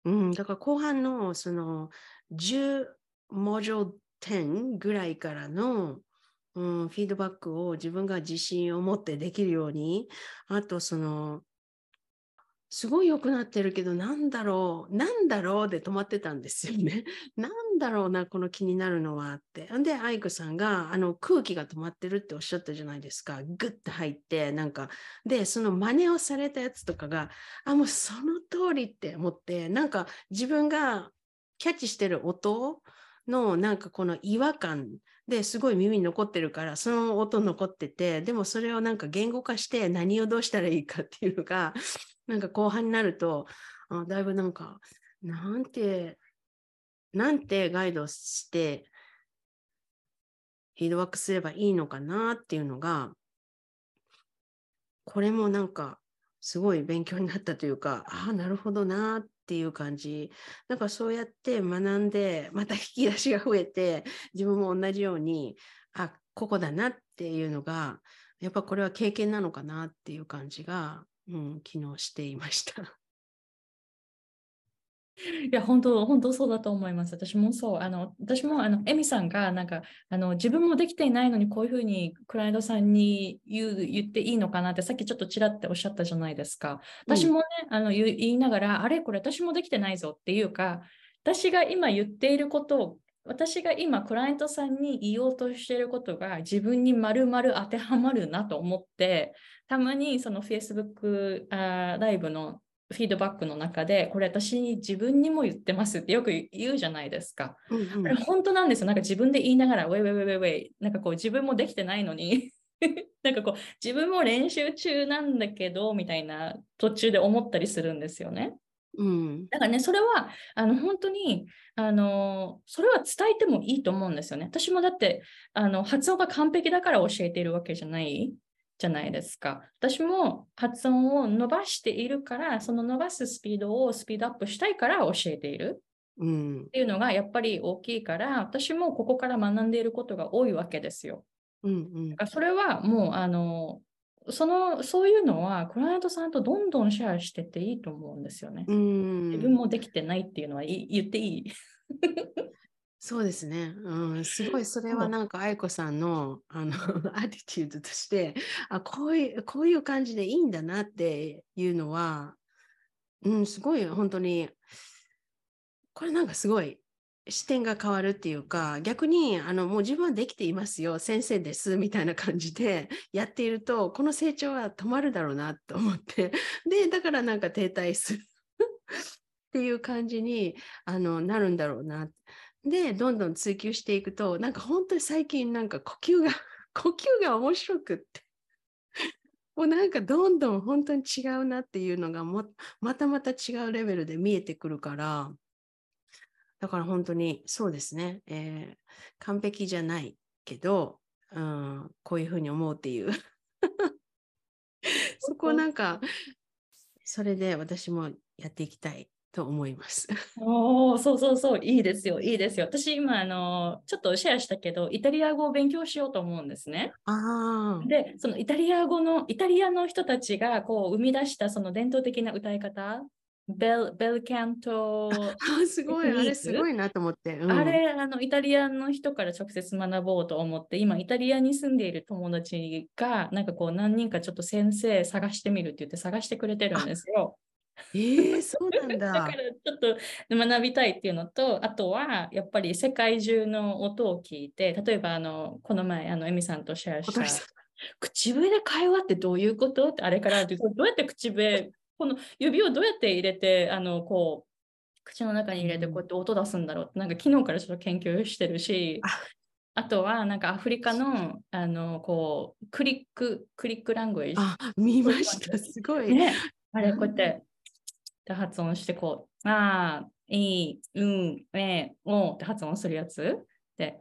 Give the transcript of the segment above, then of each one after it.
だから後半のその10モジュール10ぐらいからの、フィードバックを自分が自信を持ってできるように、あとその、すごい良くなってるけど、なんだろうで止まってたんですよね。なんだろうな、この気になるのはって。で、愛子さんが、空気が止まってるっておっしゃったじゃないですか。グッと入って、なんか、で、その真似をされたやつとかが、もうその通りって思って、なんか自分がキャッチしてる音の、なんかこの違和感ですごい耳に残ってるから、その音残ってて、でもそれをなんか言語化して何をどうしたらいいかっていうのが、なんか後半になると、だいぶなんか、なんてガイドして、フィードバックすればいいのかなっていうのが、これもなんか、すごい勉強になったというか、なるほどなっていう感じ。なんかそうやって学んで、また引き出しが増えて、自分も同じように、ここだなっていうのが、やっぱこれは経験なのかなっていう感じが、昨日していました。 いや、本当そうだと思います。私もそう。私も、エミさんが、なんか、自分もできていないのに、こういうふうに、クライアントさんに言っていいのかなって、さっきちょっとちらっておっしゃったじゃないですか。 うん、 私もね、言いながら、あれ、これ私もできてないぞっていうか、私が今言っていることを、私が今、クライアントさんに言おうとしていることが、自分に丸々当てはまるなと思って、たまに、その Facebook ライブのフィードバックの中で、これ私自分にも言ってますってよく言うじゃないですか。 うん、うん。 あれ本当なんですよ。なんか自分で言いながら、ウェイウェイウェイウェイウェイ、なんかこう自分もできてないのになんかこう自分も練習中なんだけど、みたいな途中で思ったりするんですよね。 うん、 だからね、それは、本当に、それは伝えてもいいと思うんですよね。私もだって、発音が完璧だから教えているわけじゃないじゃないですか。私も発音を伸ばしているから、その伸ばすスピードをスピードアップしたいから教えているうん、 っていうのがやっぱり大きいから、私もここから学んでいることが多いわけですよ。 うん、うん。 だからそれはもう、そういうのは、クライアントさんとどんどんシェアしてっていいと思うんですよね。 う自分ん、 もできてないっていうのは言っていい。 そうですね。すごい、それはそうなんか愛子さんの、アティチュードとして、こういう感じでいいんだなっていうのは、すごい、本当に、これなんかすごい視点が変わるっていうか、逆に、もう自分はできていますよ、先生です、みたいな感じでやっていると、この成長は止まるだろうなと思って、で、だからなんか停滞するっていう感じになるんだろうな。で、どんどん追求していくと、なんか本当に最近なんか呼吸が面白くって、もうなんかどんどん本当に違うなっていうのがまたまた違うレベルで見えてくるから、だから本当にそうですね、完璧じゃないけど、こういうふうに思うっていう、そこをなんか、それで私もやっていきたいと思います。 おー、そうそうそう、いいですよ、いいですよ。私今、ちょっとシェアしたけど、イタリア語を勉強しようと思うんですね。 ああ、 で、そのイタリアの人たちがこう生み出したその伝統的な歌い方、ベルキャントすごい、あテクニーク、 れすごいなと思って。うん。 あれ、イタリアの人から直接学ぼうと思って、今、イタリアに住んでいる友達が、なんかこう、何人かちょっと先生探してみるって言って探してくれてるんあ、 ですよ。 そうなんだ。 だからちょっと学びたいっていうのと、あとはやっぱり世界中の音を聞いて、例えばこの前エミさんとシェアした小鳥さん。 口笛で会話ってどういうことってあれからどうやって口笛、この指をどうやって入れて、こう、口の中に入れてこうやって音出すんだろうって、なんか昨日からちょっと研究してるし、 あ、 あとはなんかアフリカの、こう、クリックラングエージ。 見ました。すごい。 ね、あれこうやっなんて発音してこう、いい、おって発音するやつで、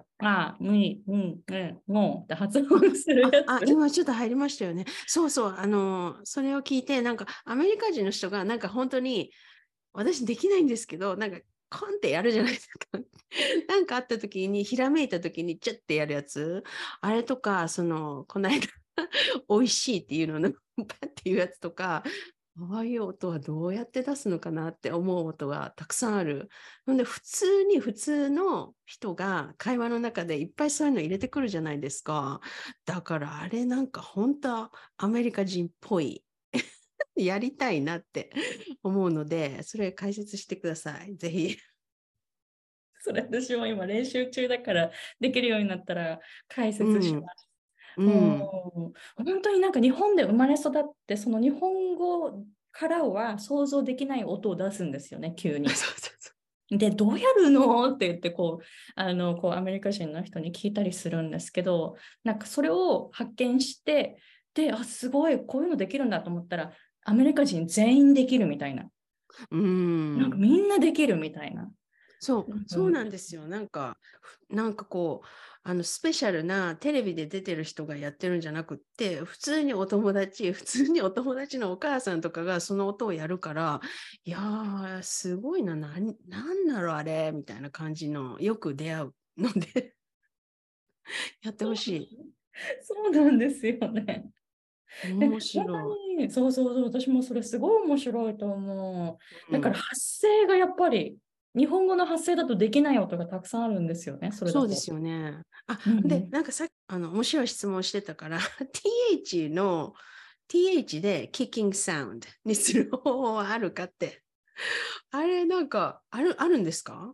おって発音するやつ。 今ちょっと入りましたよね。そうそう。それを聞いて、なんかアメリカ人の人が、なんか本当に、私できないんですけど、なんか、コンってやるじゃないですか。なんかあった時に、ひらめいた時に、チャッてやるやつ。あれとか、この間、美味しいっていうのの、パッっていうやつとか、 ああいう音はどうやって出すのかなって思う音がたくさんある。ほんで、普通の人が会話の中でいっぱいそういうの入れてくるじゃないですか。だからあれなんか本当はアメリカ人っぽい。やりたいなって思うので、それ解説してください。ぜひ。 それ私も今練習中だからできるようになったら解う説しん。 ます。 うもん。 う本当になんか日本で生まれ育って、その日本語からは想像できない音を出すんですよね、急そうに。 そうそう。 で、どうやるのって言ってこうアメリカ人の人に聞いたりするんですけど、なんかそれを発見して、で、あ、すごい、こういうのできるんだと思ったら、アメリカ人全員できるみたいな。 うなんかん。 みんなできるみたいな。 そうなんですよ。なんかこう、スペシャルなテレビで出てる人がやってるんじゃなくって、普通にお友達のお母さんとかがその音をやるから、いやー、すごいな、なんだろう、あれ、みたいな感じの、よく出会うのでやってほしい。 そうなんですよね。で、 面本白い。 当に、そうそうそう、私もそれすごい面白いと思う。だからうん。 発声がやっぱり、日本語の発声だとできない音がたくさんあるんですよね、それだと。 そうですよね。あ、で、 うんうん。 なんかさっき、面白い質問してたから、TH で kicking sound にする方法はあるかって。あれ、なんか、あるんですか？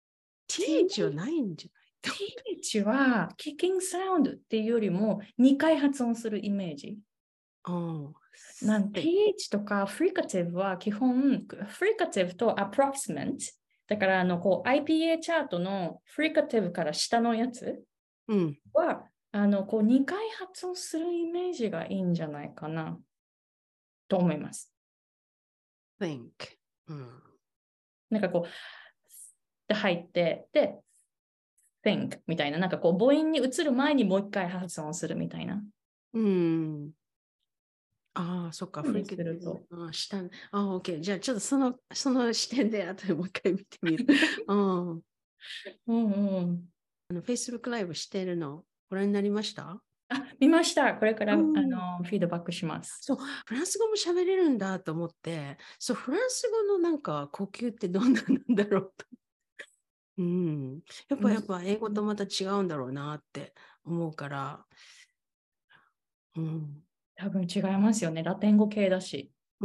TH はないんじゃないと TH は、キッキングサウンドっていうよりも、2回発音するイメージ。 思う。think TH とかフリカティブは基本、フリカティブとアプロキシメント。だからIPA チャートのフリカティブから下のやつうん。 は、2回発音するイメージがいいんじゃないかなと思います。 think。うん。 なんかこう、って入って、で、think みたいな、なんかこう母音に移る前にもう一回発音するみたいな。 うん。ああ、そっか、フリにケ、 すると。 OK。じゃあ、ちょっとその視点で後でもう一回見てみる。うん。 うんうん。 Facebook ライブしてるのご覧になりました？ あ、見ました。これからうん。 フィードバックします。 そう、フランス語も喋れるんだと思って、そう、フランス語のなんか呼吸ってどんなんなんだろうと。うん。やっぱ英語とまた違うんだろうなって思うから、うん。 多分違いますよね。ラテン語系だし。 うん。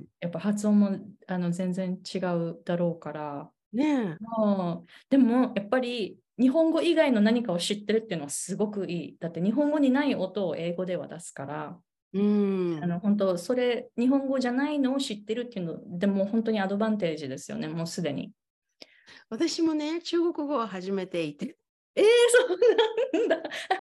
やっぱ発音も全然違うだろうから。 ねえ。 でも、やっぱり日本語以外の何かを知ってるっていうのはすごくいい。だって日本語にない音を英語では出すから、 うん。 本当、それ、日本語じゃないのを知ってるっていうの、でも本当にアドバンテージですよね、もうすでに。 私もね、中国語を始めていて、 そうなんだ。